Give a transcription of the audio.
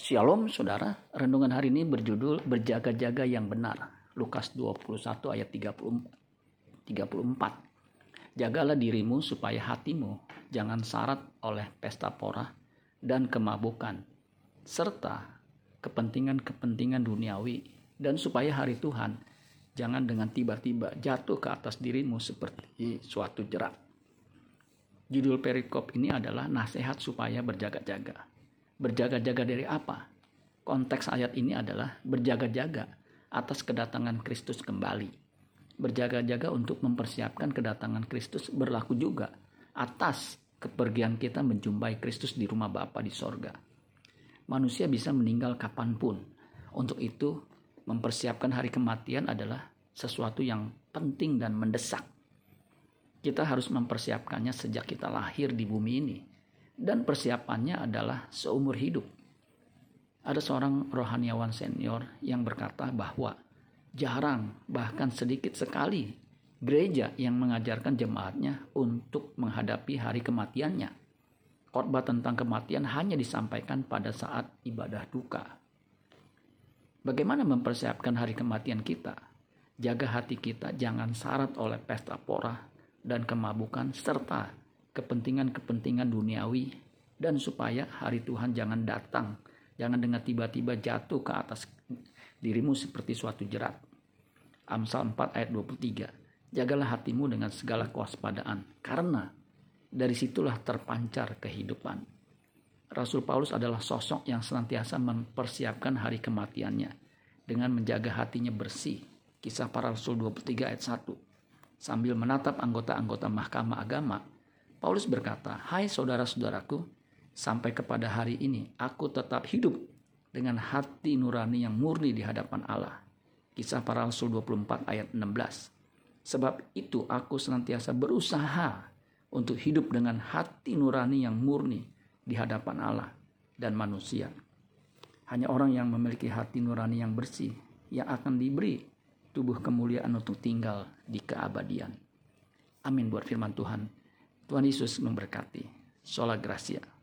Shalom saudara, renungan hari ini berjudul Berjaga-jaga yang benar. Lukas 21 ayat 34. Jagalah dirimu supaya hatimu jangan syarat oleh pesta pora dan kemabukan, serta kepentingan-kepentingan duniawi, dan supaya hari Tuhan jangan dengan tiba-tiba jatuh ke atas dirimu seperti suatu jerat. Judul perikop ini adalah nasihat supaya berjaga-jaga. Berjaga-jaga dari apa? Konteks ayat ini adalah berjaga-jaga atas kedatangan Kristus kembali. Berjaga-jaga untuk mempersiapkan kedatangan Kristus berlaku juga atas kepergian kita menjumpai Kristus di rumah Bapa di sorga. Manusia bisa meninggal kapanpun. Untuk itu, mempersiapkan hari kematian adalah sesuatu yang penting dan mendesak. Kita harus mempersiapkannya sejak kita lahir di bumi ini. Dan persiapannya adalah seumur hidup. Ada seorang rohaniawan senior yang berkata bahwa jarang, bahkan sedikit sekali gereja yang mengajarkan jemaatnya untuk menghadapi hari kematiannya. Khotbah tentang kematian hanya disampaikan pada saat ibadah duka. Bagaimana mempersiapkan hari kematian kita? Jaga hati kita jangan syarat oleh pesta pora dan kemabukan serta kepentingan-kepentingan duniawi, dan supaya hari Tuhan jangan datang, jangan dengan tiba-tiba jatuh ke atas dirimu seperti suatu jerat. Amsal 4 ayat 23. Jagalah hatimu dengan segala kewaspadaan, karena dari situlah terpancar kehidupan. Rasul Paulus adalah sosok yang senantiasa mempersiapkan hari kematiannya dengan menjaga hatinya bersih. Kisah Para Rasul 23 ayat 1. Sambil menatap anggota-anggota mahkamah agama, Paulus berkata, "Hai saudara-saudaraku, sampai kepada hari ini aku tetap hidup dengan hati nurani yang murni di hadapan Allah." Kisah Para Rasul 24 ayat 16. Sebab itu aku senantiasa berusaha untuk hidup dengan hati nurani yang murni di hadapan Allah dan manusia. Hanya orang yang memiliki hati nurani yang bersih yang akan diberi tubuh kemuliaan untuk tinggal di keabadian. Amin buat firman Tuhan. Tuhan Yesus memberkati. Sola Gracia.